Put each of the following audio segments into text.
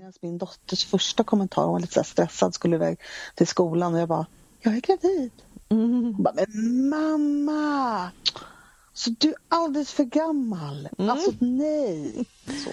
ens min dotters första kommentar. Hon var lite så stressad, skulle iväg till skolan och jag bara, jag är gravid. Hon bara, men mamma, så du är alldeles för gammal. Alltså nej. Så.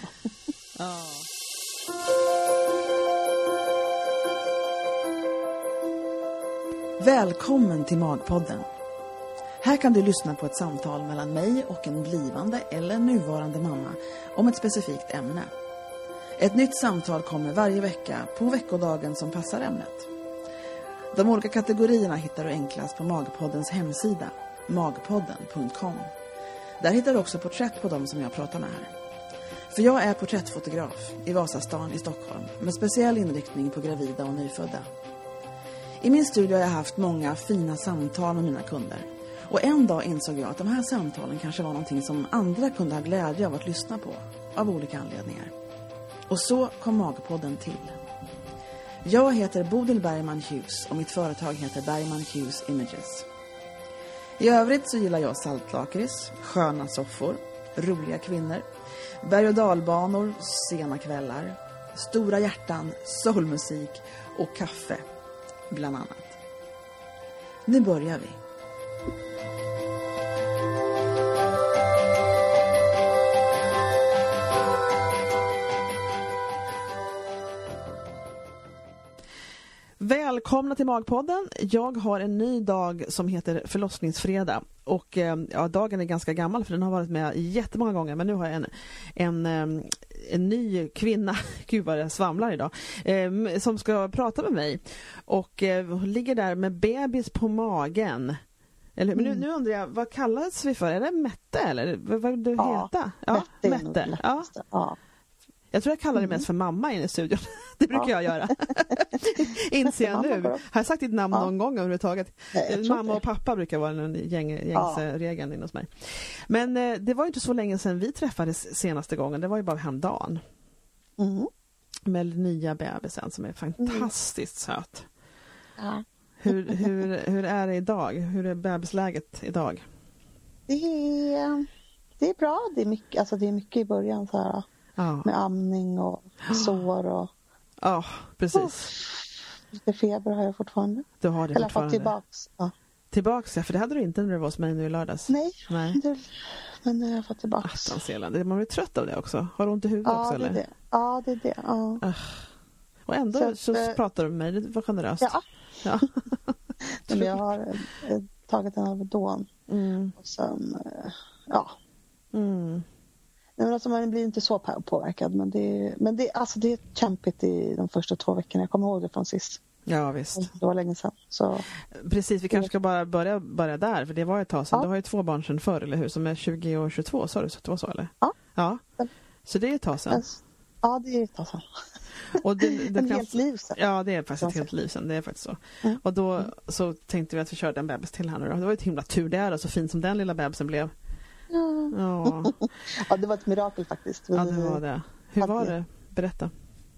Välkommen till Magpodden. Här kan du lyssna på ett samtal mellan mig och en blivande eller nuvarande mamma om ett specifikt ämne. Ett nytt samtal kommer varje vecka på veckodagen som passar ämnet. De olika kategorierna hittar du enklast på Magpoddens hemsida, magpodden.com. Där hittar du också porträtt på dem som jag pratar med här. För jag är porträttfotograf i Vasastan i Stockholm med speciell inriktning på gravida och nyfödda. I min studio har jag haft många fina samtal med mina kunder. Och en dag insåg jag att de här samtalen kanske var någonting som andra kunde ha glädje av att lyssna på, av olika anledningar. Och så kom Magpodden till. Jag heter Bodil Bergman Hughes och mitt företag heter Bergman Hughes Images. I övrigt så gillar jag saltlakrits, sköna soffor, roliga kvinnor, berg- och dalbanor, sena kvällar, stora hjärtan, soulmusik och kaffe, bland annat. Nu börjar vi. Välkomna till Magpodden. Jag har en ny dag som heter förlossningsfredag. Och ja, dagen är ganska gammal för den har varit med jättemånga gånger. Men nu har jag en ny kvinna, gud vad jag svamlar idag, som ska prata med mig. Och hon ligger där med bebis på magen. Eller, men nu undrar jag, vad kallas vi för? Är det Mette eller vad vill du heta? Ja, Mette. Ja. Jag tror jag kallar det mest för mamma in i studion. Det brukar jag göra. Inser jag nu. Har jag sagt ditt namn någon gång överhuvudtaget? Mamma och pappa brukar vara en gängse regeln in hos mig. Men det var ju inte så länge sedan vi träffades senaste gången. Det var ju bara häromdagen. Med nya bebisen som är fantastiskt söt. Ja. Hur är det idag? Hur är bebisläget idag? Det är bra. Det är mycket i början så här. Ja. Med amning och sår och... Ja, precis. Lite feber har jag fortfarande. Du har det eller fortfarande? Eller fått tillbaks. Ja. Tillbaks, ja, för det hade du inte när du var hos mig nu i lördags. Nej. Men nu har jag fått tillbaks. Man blir trött av det också. Har du ont i huvudet också? Eller? Det. Ja, det är det. Ja. Och ändå så pratar du med mig. Det var generöst. Ja. Men jag har tagit en Alvedon. Och sen, Nej, men alltså man blir inte så påverkad, men det är kämpigt i de första 2 veckorna. Jag kommer ihåg det från sist. Ja, visst. Det var länge sedan. Så. Precis, vi kanske ska bara börja där, för det var ett tag sedan. Du har ju 2 barn sedan förr, eller hur? Som är 20 och 22, sa du? Det var så, eller? Ja. Så det är ett tag sedan. Ja, det är ett tag sedan. Och det helt liv sedan. Ja, det är faktiskt ett helt liv sedan. Det är faktiskt så. Och då så tänkte vi att vi körde en bebis till här nu då. Det var ett himla tur det är, så fint som den lilla bebisen blev. Ja, det var ett mirakel faktiskt. Ja, det var det. Hur var det? Berätta.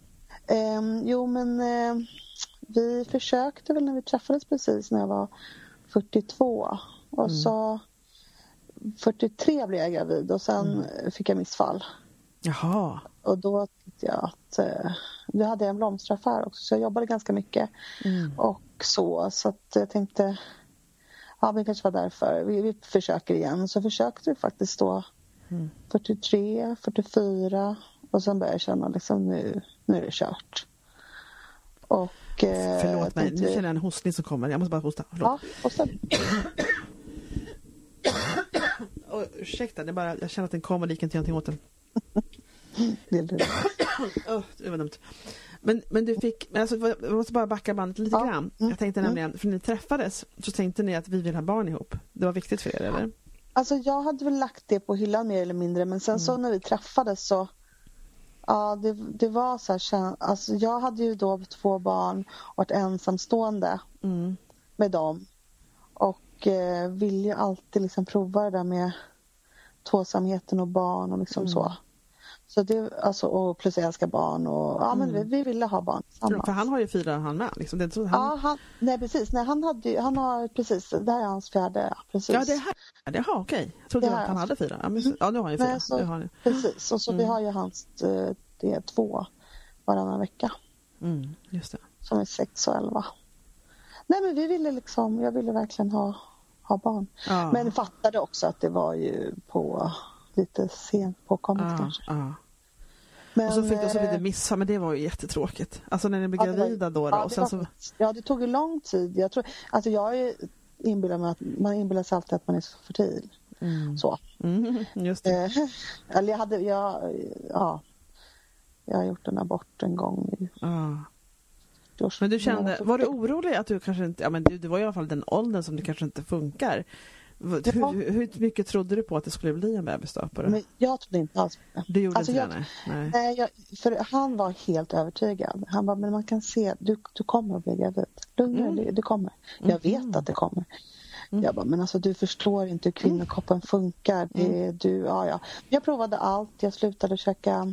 Vi försökte väl när vi träffades precis när jag var 42. Och så 43 blev jag gravid och sen fick jag missfall. Jaha. Och då tyckte jag att vi hade en blomsteraffär också, så jag jobbade ganska mycket. Och så att jag tänkte, ja, men det kanske var därför. Vi försöker igen. Så försökte vi faktiskt då 43, 44 och sen började jag känna liksom nu är det kört. Och förlåt mig, nu känner jag en hostning som kommer. Jag måste bara hosta. Förlåt. Ja, och sen... ursäkta, det är bara, jag känner att den kommer och inte någonting åt den. Det var dumt. Men du fick, alltså, jag måste bara backa bandet lite grann. Jag tänkte nämligen, för när ni träffades så tänkte ni att vi vill ha barn ihop. Det var viktigt för er, eller? Alltså jag hade väl lagt det på hyllan mer eller mindre, men sen så när vi träffades så det var så här, alltså jag hade ju då 2 barn och varit ensamstående med dem och vill ju alltid liksom prova det där med tvåsamheten och barn och liksom så. Så det, alltså, och plus jag älskar barn och men vi ville ha barn tillsammans. För han har ju 4 han med liksom. Det, nej precis. Nej, han har precis, det här är hans 4:e, precis. Ja, det har okej. Jag trodde att han hade 4. Ja, nu har han ju 4. Nej, så, precis. Och så vi har ju hans det är 2. varannan vecka. Just det. Som är 6 och 11. Nej, men jag ville verkligen ha barn. Ja. Men fattade också att det var ju på lite sent påkommet kanske. Ja. Men, och så fick du missfall, men det var ju jättetråkigt. Alltså när ni blev gravida då. Och sen så... Ja, det tog ju lång tid. Jag tror, alltså jag inbillar mig att man inbillar sig alltid att man är så fertil. Så. Just det. Eller jag har gjort en abort en gång. Men du kände, var du orolig att du kanske inte, men du var i alla fall den åldern som det kanske inte funkar. Hur mycket trodde du på att det skulle bli en bebis då? Men jag trodde inte alls på det. Du gjorde inte det? Nej, för han var helt övertygad. Han bara, men man kan se, du kommer att bli gravid. Lugna, det kommer. Jag vet att det kommer. Jag bara, men alltså du förstår inte hur kvinnokroppen funkar. Det är du, ja. Jag provade allt. Jag slutade käka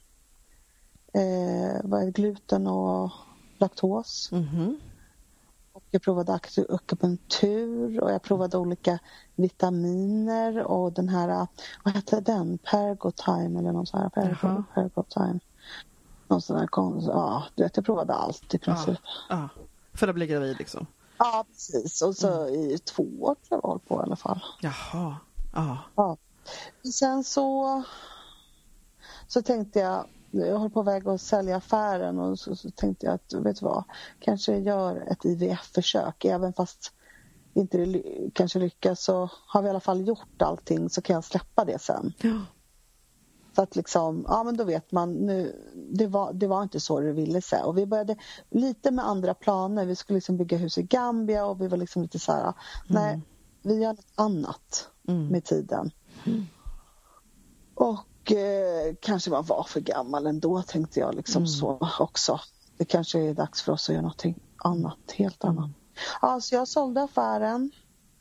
gluten och laktos. Och jag provade akupunktur och jag provade olika vitaminer och den här, vad heter den? Pergotime eller någon sån här Pergotime. Någon sån här jag provade allt i princip. Ja. För att bli gravid liksom. Ja, precis. Och så i 2 år tror jag var på i alla fall. Jaha. Ja. Sen så tänkte jag höll på väg att sälja affären och så tänkte jag att, vet du vad, kanske gör ett IVF-försök. Även fast inte det kanske lyckas så har vi i alla fall gjort allting, så kan jag släppa det sen. Ja. Så att liksom, men då vet man nu, det var inte så det ville sig. Och vi började lite med andra planer. Vi skulle liksom bygga hus i Gambia och vi var liksom lite så här, nej, vi gör något annat med tiden. Och kanske man var för gammal ändå, tänkte jag liksom så också. Det kanske är dags för oss att göra någonting annat, helt annat. Så jag sålde affären.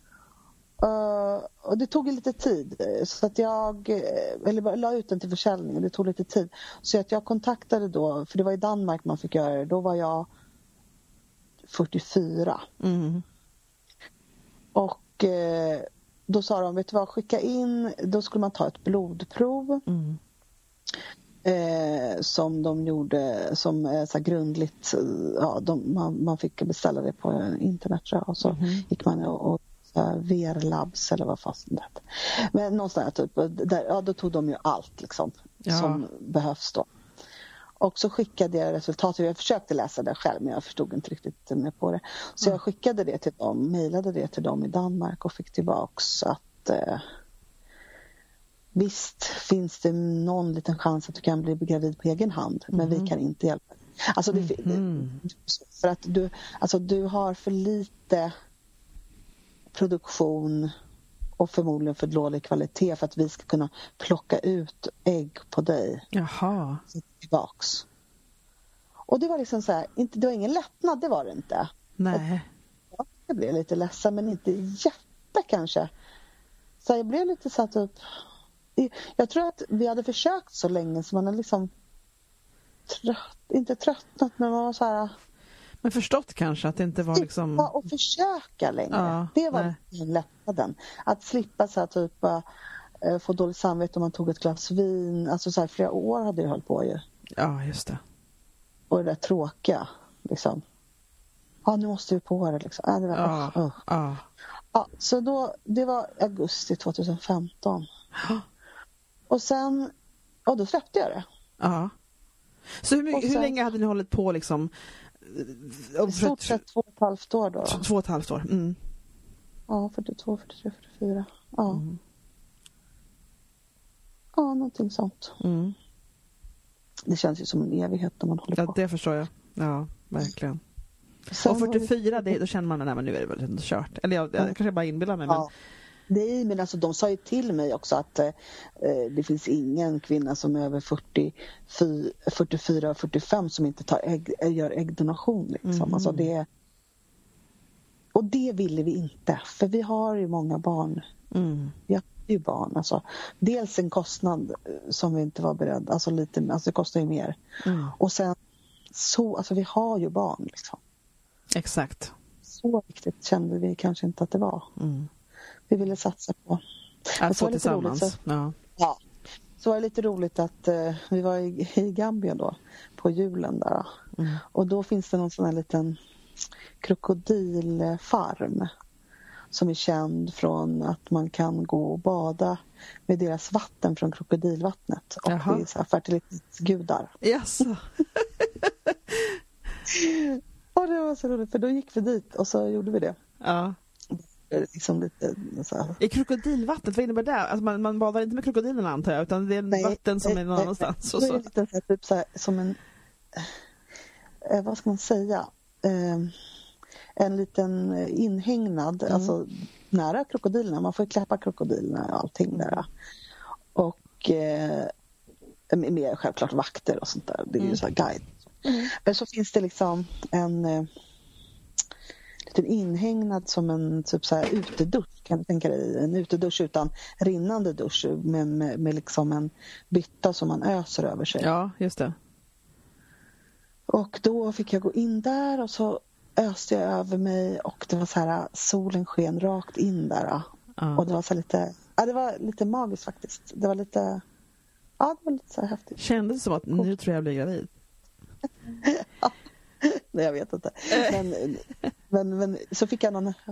Och det tog lite tid. Så att jag la ut den till försäljning och det tog lite tid. Så att jag kontaktade då, för det var i Danmark man fick göra det. Då var jag 44. Och då sa de, vet du vad, skicka in, då skulle man ta ett blodprov som de gjorde, som är så här grundligt, man fick beställa det på internet tror jag, och så gick man och VR-labs eller vad fast det heter. Men någonstans typ, där, då tog de ju allt liksom som behövs då. Och så skickade jag resultatet. Jag försökte läsa det själv men jag förstod inte riktigt med på det. Så jag skickade det till dem, mejlade det till dem i Danmark och fick tillbaks att visst finns det någon liten chans att du kan bli gravid på egen hand, men vi kan inte hjälpa. Alltså för att du har för lite produktion och förmodligen för dålig kvalitet för att vi ska kunna plocka ut ägg på dig. Jaha. Tillbaks. Och det var liksom så här, det var ingen lättnad, det var det inte. Nej. Jag blev lite ledsen men inte jätte kanske. Så jag blev lite så typ, jag tror att vi hade försökt så länge så man hade liksom inte tröttnat men man var så här. Men förstått kanske att det inte var liksom... Slippa och försöka längre. Ja, det var lättnaden. Att slippa så här typ få dåligt samvete om man tog ett glas vin. Alltså så här, flera år hade jag hållit på ju. Ja, just det. Och det där tråkiga liksom. Nu måste vi på det liksom. Det var, Ja, så då, det var augusti 2015. Och sen, då släppte jag det. Ja. Så hur länge hade ni hållit på liksom? I stort sett 2,5 år då. 2,5 år. Ja, 42, 43, 44. Ja. Ja, någonting sånt. Det känns ju som en evighet när man håller på. Ja, det förstår jag. Ja, verkligen. Sen och 44, då känner man att nu är det väl inte kört. Eller jag kanske bara inbillar mig. Ja. Nej, men alltså de sa ju till mig också att det finns ingen kvinna som är över 44 och 45 som inte gör äggdonation liksom. Alltså och det ville vi inte, för vi har ju många barn. Vi har ju barn, alltså dels en kostnad som vi inte var beredda, alltså det kostar ju mer. Och sen så, alltså vi har ju barn liksom. Exakt. Så viktigt kände vi kanske inte att det var. Vi ville satsa på att få tillsammans. Ja. så var det lite roligt att vi var i Gambia då på julen där. Och då finns det någon sån här liten krokodilfarm som är känd från att man kan gå och bada med deras vatten från krokodilvattnet. Och Jaha. det är så här fertilitetsgudar. Yes. Och det var så roligt, för då gick vi dit och så gjorde vi det. Ja. Liksom lite så här. I krokodilvattnet, vad innebär det? Alltså man badar inte med krokodilerna, antar jag, utan det är vatten som är någon annanstans. Det är lite så här, typ så här, som en vad ska man säga, en liten inhägnad, alltså nära krokodilerna. Man får ju klappa krokodilerna och allting där. Och med självklart vakter och sånt där. Det är ju så här guide. Men så finns det liksom en liten inhägnad som en typ så här utedusch, kan jag tänka dig. En utedusch utan rinnande dusch, men med liksom en bytta som man öser över sig. Ja, just det. Och då fick jag gå in där och så öste jag över mig och det var så här, solen sken rakt in där. Och det var så lite, det var lite magiskt faktiskt. Det var lite, det var lite så här häftigt. Kändes det som att nu tror jag blir gravid? Nej, jag vet inte. Men så fick jag någon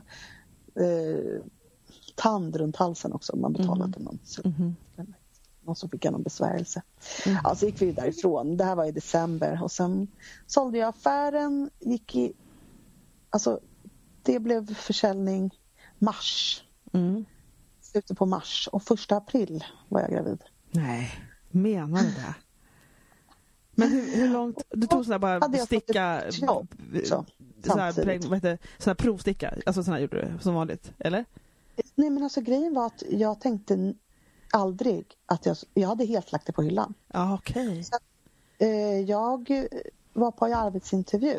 tand runt halsen också. Man betalade någon. Och så fick jag någon besvärjelse. Så gick vi därifrån. Det här var i december. Och sen sålde jag affären. Det blev försäljning mars. Slutet på mars. Och 1 april var jag gravid. Nej, menar du det? Men hur långt? Du tog sådär bara sticka sån här provsticka, alltså sån här gjorde du som vanligt, eller? Nej, men alltså grejen var att jag tänkte aldrig att jag hade helt lagt det på hyllan. Ja, okej. Jag var på arbetsintervju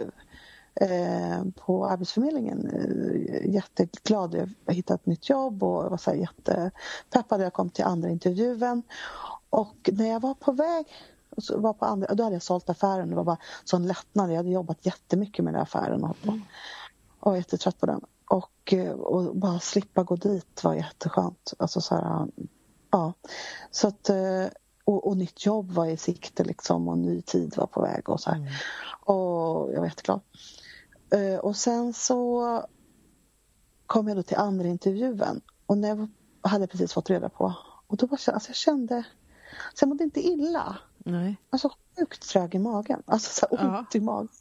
på Arbetsförmedlingen, jätteglad. Jag hittade ett nytt jobb och var så här jättepeppad. Jag kom till andra intervjun och när jag var på väg och så var på andra, då hade jag sålt affären. Det var bara sån lättnad. Jag hade jobbat jättemycket med den affären och var jättetrött på den. Och bara slippa gå dit var jätteskönt. Alltså så här, ja. Så att, och nytt jobb var i sikte liksom, och ny tid var på väg och så här. Och jag var jätteglad. Och sen så kom jag då till andra intervjun. Och när jag hade precis fått reda på. Och då var jag kände, så jag mådde inte illa. Nej. Alltså sjukt trög i magen. Alltså så här ont i magen.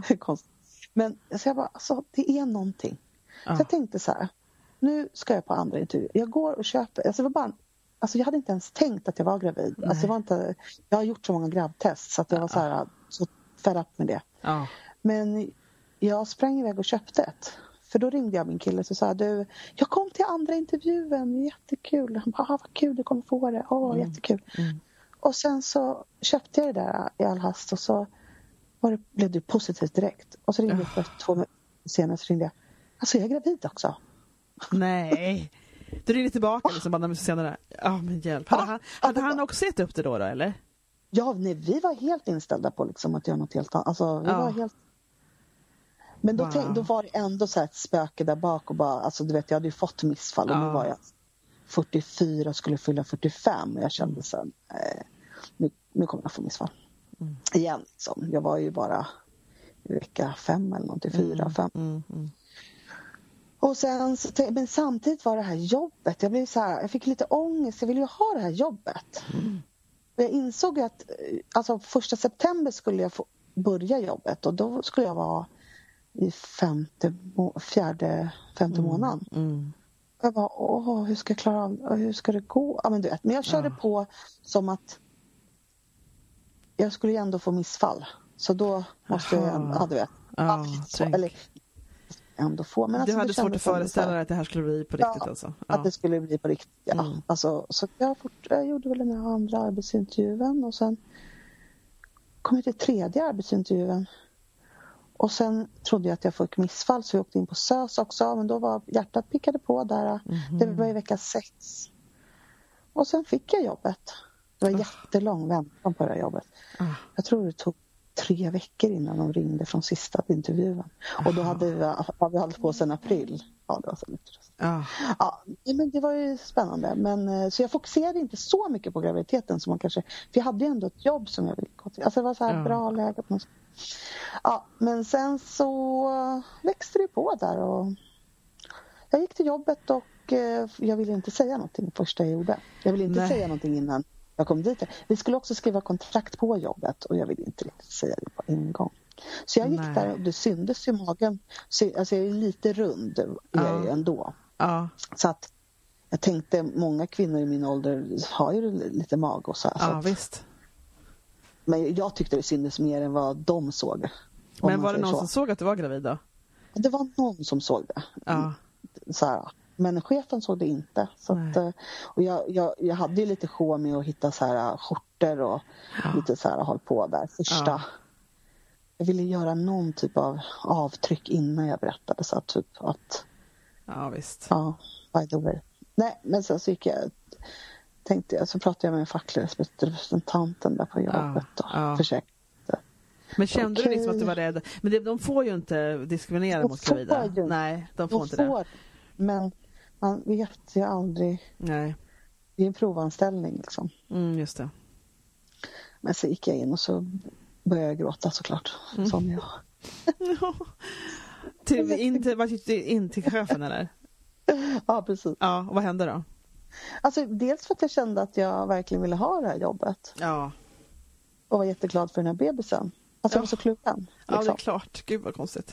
Men så jag bara, alltså det är någonting. Så jag tänkte så här, nu ska jag på andra intervjuer. Jag går och köper, alltså det var bara, alltså jag hade inte ens tänkt att jag var gravid. Nej. Alltså jag har gjort så många gravidtest så att jag var så här, så fed up med det. Men jag sprang iväg och köpte ett. För då ringde jag min kille och sa, du, jag kom till andra intervjun, jättekul. Han bara, vad kul, du kommer få det. Jättekul. Och sen så köpte jag det där i all hast och så blev det positivt direkt. Och så ringde jag för 2 minuter senare, så ringde jag, alltså jag är gravid också. Nej. Du ringde tillbaka liksom bara senare. Men hjälp. Hade han också sett upp det då eller? Ja, nej, vi var helt inställda på liksom att göra något helt annat. Alltså, vi var helt... Men då, då var det ändå så här ett spöke där bak och bara, alltså du vet, jag hade ju fått missfall och nu var jag 44 och skulle fylla 45 och jag kände sen, nu kommer jag få missfall. Igen, liksom. Jag var ju bara i vecka 5 eller någonting, 4-5. Och sen, men samtidigt var det här jobbet, jag blev så här, jag fick lite ångest, jag ville ju ha det här jobbet. Jag insåg att alltså 1 september skulle jag få börja jobbet och då skulle jag vara i femte månaden. Jag bara, hur ska jag klara av, hur ska det gå? Ja, men du vet, men jag körde på som att jag skulle ju ändå få missfall. Så då måste jag, du vet. Eller ändå få. Men du hade svårt att föreställa dig att det här skulle bli på riktigt alltså? Att det skulle bli på riktigt, Alltså, så jag gjorde väl den här andra arbetsintervjun och sen kom jag till 3:e arbetsintervjun. Och sen trodde jag att jag fick missfall så vi åkte in på SÖS också. Men då var hjärtat pickade på där. Det var i vecka 6. Och sen fick jag jobbet. Det var jättelång väntan på det här jobbet. Jag tror det tog 3 veckor innan de ringde från sista intervjun. Och då hade vi hållit på sedan april. Ja, det var så mycket. Ja, men det var ju spännande. Men, så jag fokuserade inte så mycket på graviditeten som man kanske... För jag hade ju ändå ett jobb som jag ville gå till. Alltså det var så här bra läge. Ja, men sen så växte det på där. Och jag gick till jobbet och jag ville inte säga någonting första jag gjorde. Jag ville inte säga någonting innan jag kom dit. Vi skulle också skriva kontrakt på jobbet och jag ville inte riktigt säga det på en gång. Så jag gick där och det syndes i magen. Så, alltså jag är lite rund är ju ändå. Så att jag tänkte, många kvinnor i min ålder har ju lite mag och så här. Ja, så att, visst. Men jag tyckte det syndes mer än vad de såg. Men var det någon som såg att du var gravid då? Det var någon som såg det. Så här. Men chefen såg det inte. Så att, och jag hade ju lite sjå med att hitta så här skjortor och lite så här håll på där. Första. Jag ville göra någon typ av avtryck innan jag berättade. Så att, typ att... Ja, visst. Ja, by the way. Nej, men sen så gick jag... Så pratade jag med en facklig representanten där på jobbet och försökte. Men kände du liksom att du var rädd? Men de får ju inte diskriminera mot gravida. Nej, de får inte det. Men man vet ju aldrig. Nej. Det är en provanställning liksom. Just det. Men så gick jag in och så började jag gråta såklart. Som jag. In till chefen eller? Ja, precis. Ja, och vad hände då? Alltså dels för att jag kände att jag verkligen ville ha det här jobbet. Ja. Och var jätteglad för den här bebisen. Alltså jag var så kluven. Liksom. Ja, det är klart. Gud vad konstigt.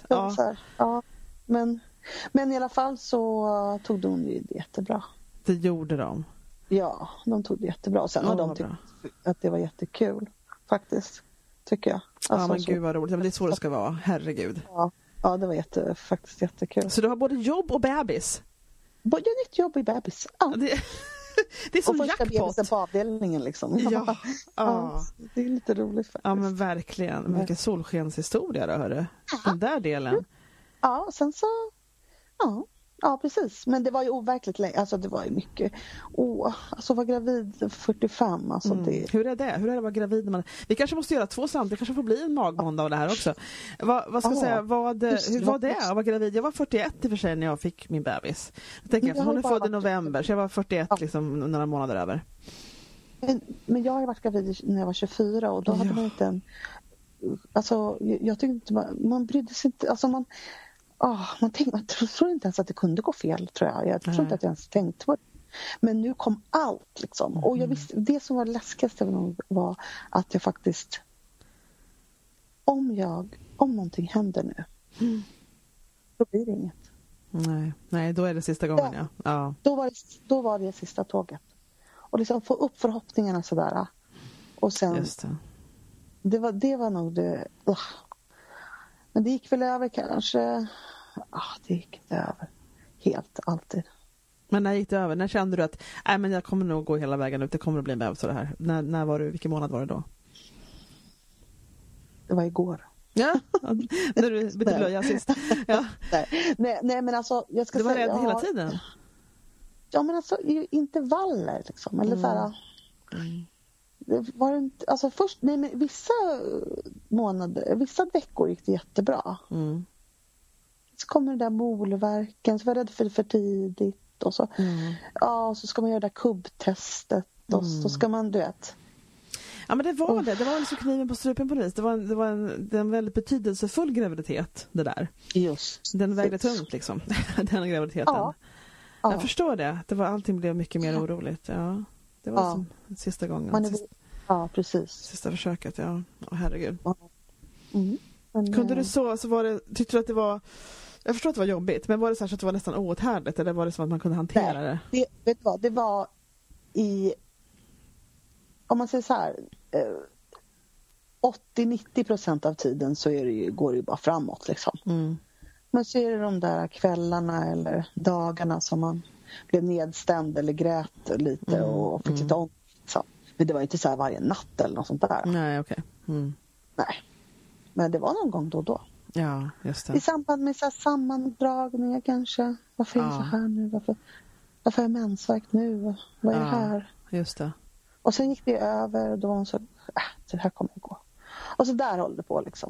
Men i alla fall så tog de det jättebra. Det gjorde de? Ja, de tog det jättebra. Och sen har de tyckt att det var jättekul. Faktiskt, tycker jag. Alltså, men gud vad roligt. Men det är så det ska vara. Herregud. Ja, det var faktiskt jättekul. Så du har både jobb och bebis? Både nytt jobb och bebis. Ja. Det är som och första bebisen på avdelningen liksom. Ja. Det är lite roligt faktiskt. Ja, men verkligen. Men vilken solskenshistoria då, hörru. Den där delen. Ja, sen så... Ja, precis. Men det var ju overkligt länge. Alltså det var ju mycket. Alltså var gravid 45. Alltså det... Hur är det? Hur är det att vara gravid när man... Vi kanske måste göra 2 samt. Det kanske får bli en magmåndag av det här också. Vad ska jag säga? Hur var det att vara gravid? Jag var 41 i och för sig när jag fick min bebis. Jag tänker, hon är född i november. Så jag var 41 liksom några månader över. Men jag har varit gravid när jag var 24. Och då hade man inte en... Alltså jag tyckte inte... Man brydde sig inte... Alltså man tror inte ens att det kunde gå fel, tror jag. Jag tror inte att jag ens tänkte på det. Men nu kom allt liksom. Och jag visste, det som var läskigast var att jag faktiskt om någonting händer nu då blir det inget. Nej, då är det sista gången, ja. Då var det sista tåget. Och liksom få upp förhoppningarna sådär. Och sen just det var nog det. Men det gick väl över kanske. Det gick inte över. Helt, alltid. Men när gick det över? När kände du att men jag kommer nog gå hela vägen ut. Det kommer att bli en bebis så det här. När var du? Vilken månad var det då? Det var igår. Ja, när du bytte blöja sist. Ja. Nej, men alltså jag ska du var säga, rädd hela tiden? Ja, men alltså i intervaller liksom. Eller så här... Det var inte, alltså först, men vissa veckor gick det jättebra. Så kommer det där molverken, så var jag rädd för tidigt och så så ska man göra det där kubbtestet och så ska man, du vet. Ja, men det var liksom kniven på strupen på det. Det var en väldigt betydelsefull graviditet, det där. Just. Den vägde tungt liksom, den graviditeten. Ja. Jag förstår det. Allting blev mycket mer oroligt. Ja. Det var som sista gången. Ja, precis. Sista försöket, ja. Herregud. Men, kunde du så var det, tyckte du att det var, jag förstår att det var jobbigt, men var det så att det var nästan outhärdligt eller var det så att man kunde hantera det? Vet du vad, det var om man säger så här 80-90% av tiden så går det ju bara framåt liksom. Men så är det de där kvällarna eller dagarna som man blev nedstämd eller grät lite och fick lite ångest. Men det var inte så här varje natt eller något sånt där. Nej, okej. Nej. Men det var någon gång då och då. Ja, just det. I samband med så här sammandragningar kanske. Varför är det så här nu? Varför har jag mensvärk nu? Vad är det här? Just det. Och sen gick det över och då var hon så, det här kommer att gå. Och så där håller det på liksom.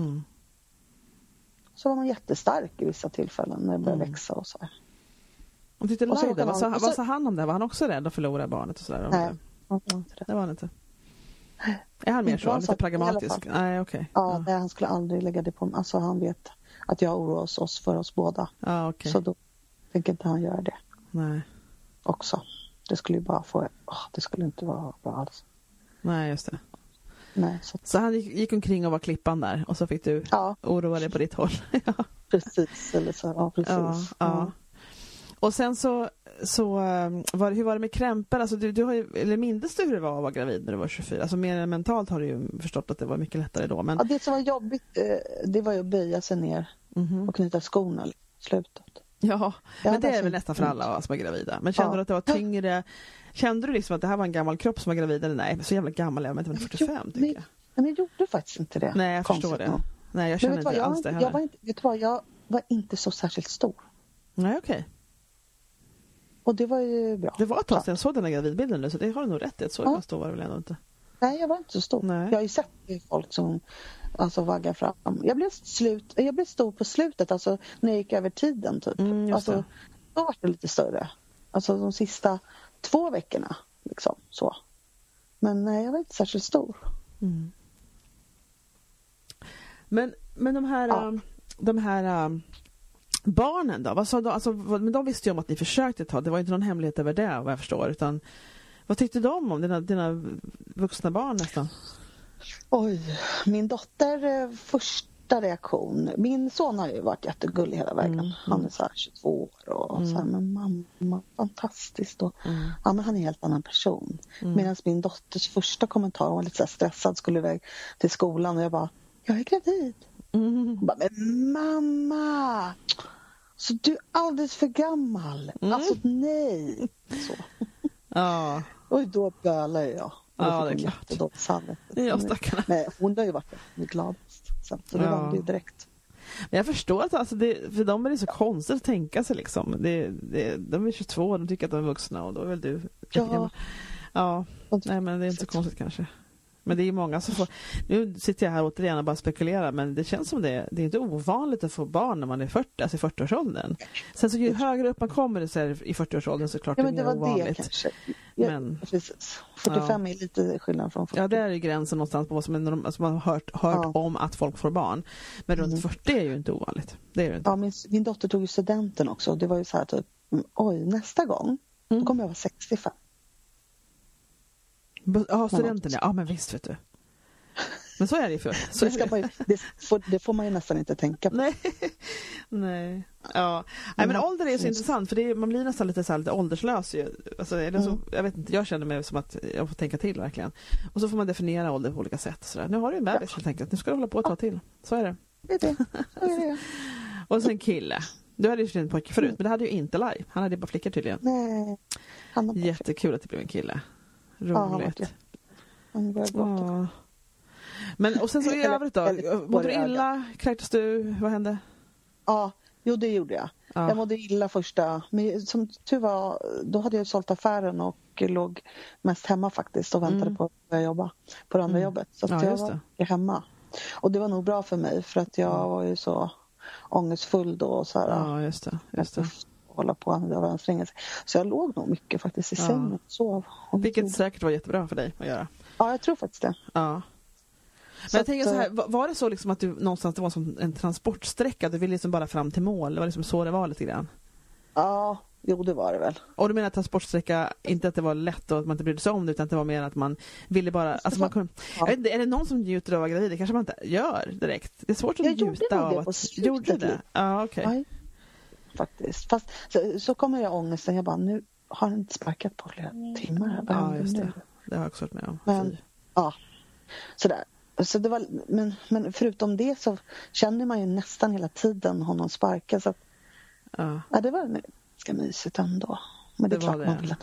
Så var man jättestark i vissa tillfällen när det började växa och så här. Och tyckte Laila, vad sa han om det? Var han också rädd att förlora barnet och sådär? Nej, han var inte det. Det var han inte. Är han mer så? Lite pragmatisk? Nej, okej. Ja, nej, han skulle aldrig lägga det på mig. Alltså han vet att jag oroar oss för oss båda. Ja, okej. Så då tänker inte han göra det. Nej. Också. Det skulle ju bara få... det skulle inte vara bra alls. Nej, just det. Nej, så han gick omkring och var klippan där. Och så fick du oroa dig på ditt håll. Ja. Precis. Eller så, ja, precis. Ja. Och sen så hur var det med krämpor? Alltså du har ju, eller mindes du hur det var att vara gravid när du var 24? Alltså mer än mentalt har du ju förstått att det var mycket lättare då. Men... Ja, det som var jobbigt, det var ju att böja sig ner och knyta skorna i slutet. Ja, men det är väl nästan för alla som är gravida. Men kände du att det var tyngre? Kände du liksom att det här var en gammal kropp som var gravid? Eller nej, så jävla gammal är jag, men 45 tycker jag. Men jag gjorde faktiskt inte det. Nej, jag förstår det. Nej, jag känner inte alls det heller. Jag var inte så särskilt stor. Nej, okej. Och det var ju bra. Det var ett tag sedan jag såg den här gravidbilden nu, så det har du nog rätt i. Så stor var det väl ändå inte. Nej, jag var inte så stor. Nej. Jag har ju sett folk som vaggar fram. Jag blev stor på slutet, alltså när jag gick över tiden typ. Alltså, då var det lite större. Alltså de sista 2 veckorna liksom så. Men nej, jag var inte särskilt stor. Men de här barnen då? Vad sa du? Alltså, men de visste ju om att ni försökte ta. Det var inte någon hemlighet över det, vad jag förstår. Utan, vad tyckte de om dina vuxna barn nästan? Oj, min dotter första reaktion. Min son har ju varit jättegullig hela vägen. Han är så här 22 år och så här, men mamma, fantastiskt. Och, ja, men han är en helt annan person. Medan min dotters första kommentar, hon var lite så här stressad, skulle iväg till skolan och jag bara, jag är gravid. Hon bara, men mamma, så du är alldeles för gammal. Alltså nej. Så. Ja. Och då bölade jag. Ja, det är klart. Ja, stackarna. Men hon har ju varit gladast. Så det var det direkt. Men jag förstår att alltså för dem är det så konstigt att tänka sig liksom. De är 22 och de tycker att de är vuxna och då är väl du. Ja. Nej, men det är inte så konstigt kanske. Men det är många som får... Nu sitter jag här återigen och bara spekulerar, men det känns som det är inte ovanligt att få barn när man är 40, alltså i 40-årsåldern. Sen så ju högre upp man kommer så här, i 40-årsåldern så klart det är mer ovanligt. Det kanske. Men, precis. 45 är lite skillnad från 40. Ja, där är gränsen någonstans på vad som är alltså man har hört om att folk får barn. Men runt 40 är ju inte ovanligt. Det är det inte. Ja, min dotter tog ju studenten också. Det var ju så här typ, nästa gång då kommer jag vara 65. Ja, studenten, ja. Men visst, vet du. Men så är det ju för. Det får man ju nästan inte tänka på. Nej. Ja. Nej, men ålder är så intressant för man blir nästan lite ålderslös ju. Alltså, eller så, jag vet inte, jag känner mig som att jag får tänka till verkligen. Och så får man definiera ålder på olika sätt. Så där. Nu har du en bebis helt enkelt. Nu ska du hålla på att ta till. Så är det. Det är det. Och sen kille. Du hade ju en pojke förut, men det hade ju inte Lai. Han hade bara flickor tydligen. Nej. Jättekul att det blev en kille. Roligt. Ja, men och sen så i övrigt då, mådde du illa? Kräktes du? Vad hände? Ja, jo det gjorde jag. Ja. Jag mådde illa första, men som tur var, då hade jag sålt affären och låg mest hemma faktiskt och väntade på att börja jobba på det andra jobbet. Så att jag var hemma. Och det var nog bra för mig för att jag var ju så ångestfull då och så här. Ja, just det. Hålla på och anstränga sig. Så jag låg nog mycket faktiskt i sängen och sov. Vilket säkert var jättebra för dig att göra. Ja, jag tror faktiskt det. Ja. Men jag tänker så här, var det så liksom att du någonstans, det var som en transportsträcka, du ville liksom bara fram till mål, det var liksom så det var lite grann? Ja, jo det var det väl. Och du menar transportsträcka, inte att det var lätt och att man inte brydde sig om det, utan att det var mer att man ville bara, alltså man kunde, jag vet inte, är det någon som njuter av att vara gravid? Det kanske man inte gör direkt. Det är svårt att njuta av att... Gjorde det? Ja, okej. Okay. Faktiskt. Fast så kommer jag ångesten, jag bara, nu har han inte sparkat på flera timmar. Ja, just det. Det har jag också varit med om. Men, ja, sådär. Så det var, men förutom det så känner man ju nästan hela tiden honom sparka. Så att, ja, det var ganska mysigt ändå. Men det är klart man vill att han ska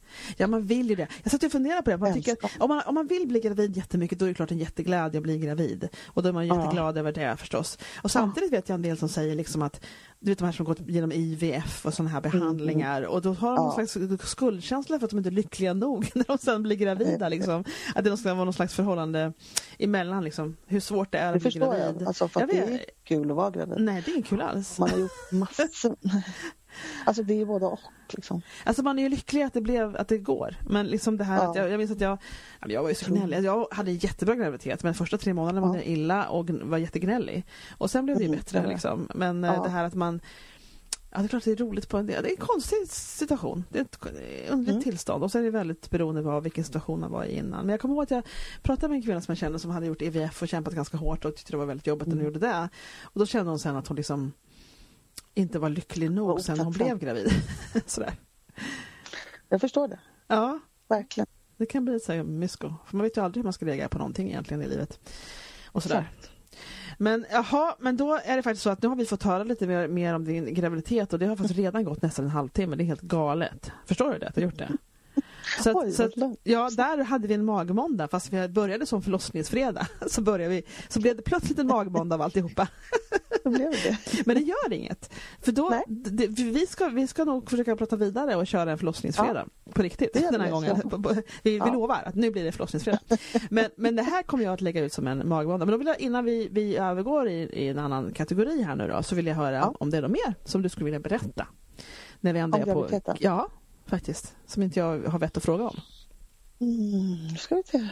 Ja, man vill ju det. Jag satt och funderade på det. Man tycker, om man vill bli gravid jättemycket, då är det klart en jätteglädje att bli gravid. Och då är man jätteglad över det förstås. Och samtidigt vet jag en del som säger liksom att du vet de här som gått genom IVF och sådana här behandlingar. Och då har de någon slags skuldkänsla för att de inte är lyckliga nog när de sen blir gravida. Liksom. Att det ska vara någon slags förhållande emellan. Liksom. Hur svårt det är att bli gravid. Jag. Alltså, för att det är kul att vara gravid. Nej, det är inte kul alls. Man har gjort massor. Alltså det är både och liksom. Alltså man är ju lycklig att det går. Men liksom det här att jag minns att jag var ju så gnällig. Jag hade en jättebra graviditet, men första 3 månaderna var jag illa och var jättegnällig. Och sen blev det ju bättre liksom. Men det här att man det är klart det är roligt på det är en konstig situation. Det är ett underligt tillstånd. Och så är det väldigt beroende av vilken situation man var i innan. Men jag kommer ihåg att jag pratade med en kvinna som jag kände som hade gjort IVF och kämpat ganska hårt och tyckte det var väldigt jobbigt när hon gjorde det. Och då kände hon sen att hon liksom inte var lycklig nog sen hon blev gravid. Sådär. Jag förstår det. Ja. Verkligen. Det kan bli så här mysko. För man vet ju aldrig hur man ska reagera på någonting egentligen i livet. Och sådär. Men men då är det faktiskt så att nu har vi fått höra lite mer om din graviditet och det har faktiskt redan gått nästan en halvtimme. Det är helt galet. Förstår du det? Att du har gjort det? Så där hade vi en magmåndag fast vi började som förlossningsfredag. Så blev det plötsligt en magmåndag av alltihopa. Blev det. Men det gör inget. För då vi ska nog försöka prata vidare och köra en förlossningsfredag på riktigt den här gången. Vi lovar att nu blir det förlossningsfredag. Men det här kommer jag att lägga ut som en magmåndag. Men då vill jag, innan vi övergår i en annan kategori här nu då, så vill jag höra om det är något mer som du skulle vilja berätta. När vi ändå är på faktiskt, som inte jag har vett att fråga om. Ska vi se.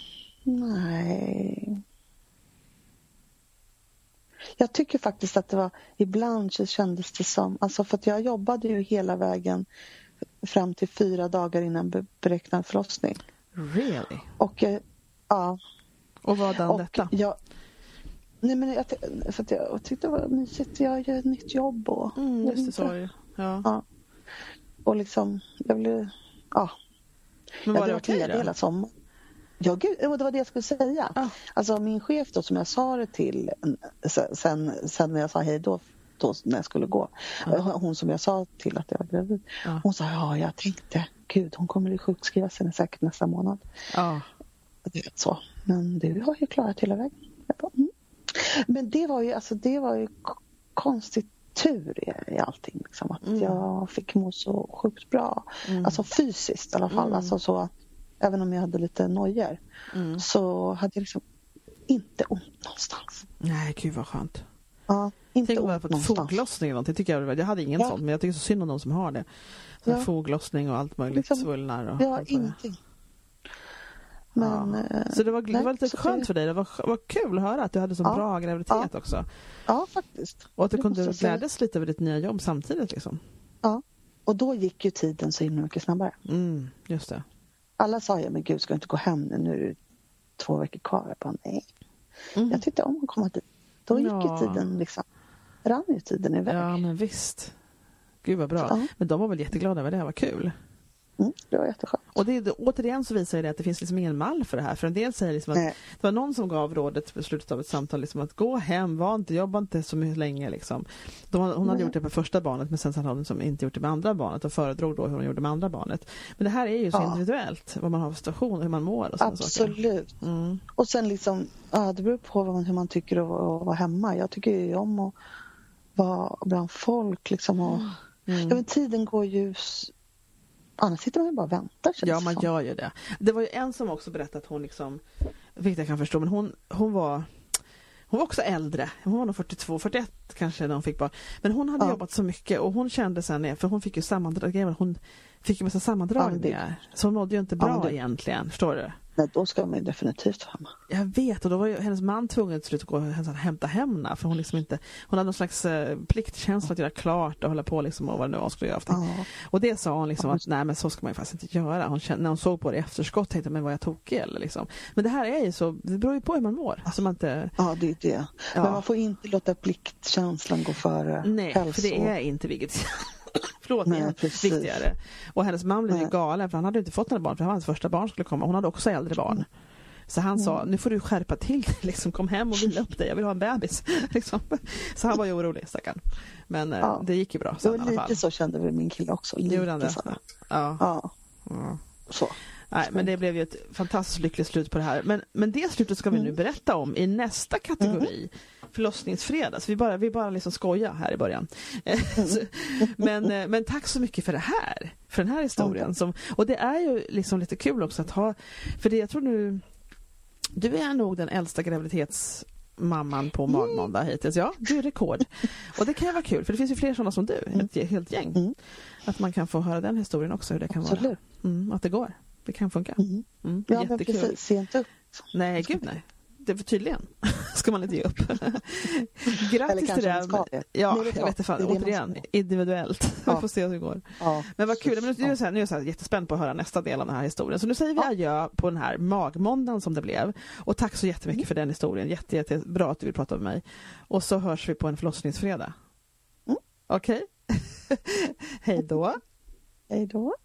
Nej. Jag tycker faktiskt att det var ibland så kändes det som, alltså för att jag jobbade ju hela vägen fram till 4 dagar innan beräknad förlossning. Really? Och Och vad är detta? Nej men för att jag tyckte det var mysigt. Jag gör ett nytt jobb och just det, så ju. Ja. Och liksom jag blev Men var det okej då? Hela sommar. Ja, gud, det var det jag skulle säga. Alltså min chef då som jag sa det till sen när jag sa hej då när jag skulle gå. Hon som jag sa till att jag var gravid. Hon sa, jag tänkte, gud hon kommer att sjukskriva sig säkert nästa månad. Så. Men du har ju klarat hela vägen. Men det var ju konstigt tur i allting. Liksom, att jag fick må så sjukt bra. Alltså fysiskt i alla fall. Alltså så, även om jag hade lite nojor så hade jag liksom inte ont någonstans. Nej, gud vad skönt. Ja, inte ont någonstans. Foglossning eller någonting tycker jag hade ingen sånt, men jag tycker så synd om de som har det. Foglossning och allt möjligt, liksom, svullnar och ingenting. Men, så det var lite skönt för dig. Det var kul att höra att du hade så bra graviditet också. Ja, faktiskt. Och att du kunde glädjas lite över ditt nya jobb samtidigt liksom. Ja, och då gick ju tiden så himla mycket snabbare. Just det. Alla sa men gud, ska inte gå hem nu är det 2 veckor kvar. Jag bara, nej. Jag tyckte om att komma dit. Då gick ju tiden liksom, rann ju tiden iväg. Ja, men visst. Gud vad bra. Men de var väl jätteglada över det här, var kul. Det var jätteskönt. Och återigen så visar det att det finns liksom ingen mall för det här. För en del säger liksom att det var någon som gav rådet på slutet av ett samtal liksom att gå hem, jobba inte så mycket länge liksom. Hon hade gjort det på första barnet, men sen hade hon liksom inte gjort det med andra barnet och föredrog då hur hon gjorde med andra barnet. Men det här är ju så individuellt, vad man har för situation, hur man mår och sådana saker. Absolut. Och sen liksom, det beror på hur man tycker att vara hemma. Jag tycker ju om att vara bland folk liksom. Och, men tiden går ju. Annars sitter man ju bara och väntar. Ja, man gör ju det. Det var ju en som också berättade att hon liksom, vilket jag kan förstå, men hon var också äldre. Hon var nog 42, 41 kanske när hon fick barn. Men hon hade jobbat så mycket och hon kände sen, för hon fick ju massa sammandragningar. Så hon mådde ju inte bra egentligen, förstår du? Nej, då ska man ju definitivt hemma. Jag vet, och då var ju hennes man tvungen till slut att gå och hämta hemna, för hon liksom inte, hon hade någon slags pliktkänsla att göra klart och hålla på liksom och vad det nu var skulle göra. Och det sa hon liksom att nej, men så ska man ju faktiskt inte göra. När hon såg på det i efterskott tänkte men vad jag tokig eller liksom. Men det här är ju så, det beror ju på hur man mår. Alltså man inte. Ja, det är det. Men man får inte låta pliktkänslan gå före hälso. För det är inte viktigare. Och hennes man blev ju galen för han hade inte fått några barn, för hans första barn skulle komma. Hon hade också äldre barn. Så han sa, nu får du skärpa till dig, liksom, kom hem och vila upp dig, jag vill ha en bebis. Liksom. Så han var ju orolig, stackaren. Men det gick ju bra sen, det var lite så kände vi min kille också. Gjorde han det? Ja. Så. Nej, men det blev ju ett fantastiskt lyckligt slut på det här. Men det slutet ska vi nu berätta om i nästa kategori. Förlossningsfredag. Så vi bara liksom skoja här i början. Men tack så mycket för det här. För den här historien. Och det är ju liksom lite kul också att ha... För det, jag tror nu... Du är nog den äldsta graviditetsmamman på magmåndag hittills. Ja, du är rekord. Och det kan ju vara kul. För det finns ju fler sådana som du. Ett helt gäng. Att man kan få höra den historien också. Hur det kan vara. Att det går. Det kan funka. Ja, jättekul. Precis. Se inte upp. Nej, gud nej. Det var tydligen. Ska man inte ge upp. Grattis till det. Ja, jag vet inte. Återigen, individuellt. Vi får se hur det går. Ja, men vad kul. Men nu är jag så här jättespänd på att höra nästa del av den här historien. Så nu säger vi adjö på den här magmåndagen som det blev. Och tack så jättemycket för den historien. Jättebra att du vill prata med mig. Och så hörs vi på en förlossningsfredag. Okej? Hej då. Hej då.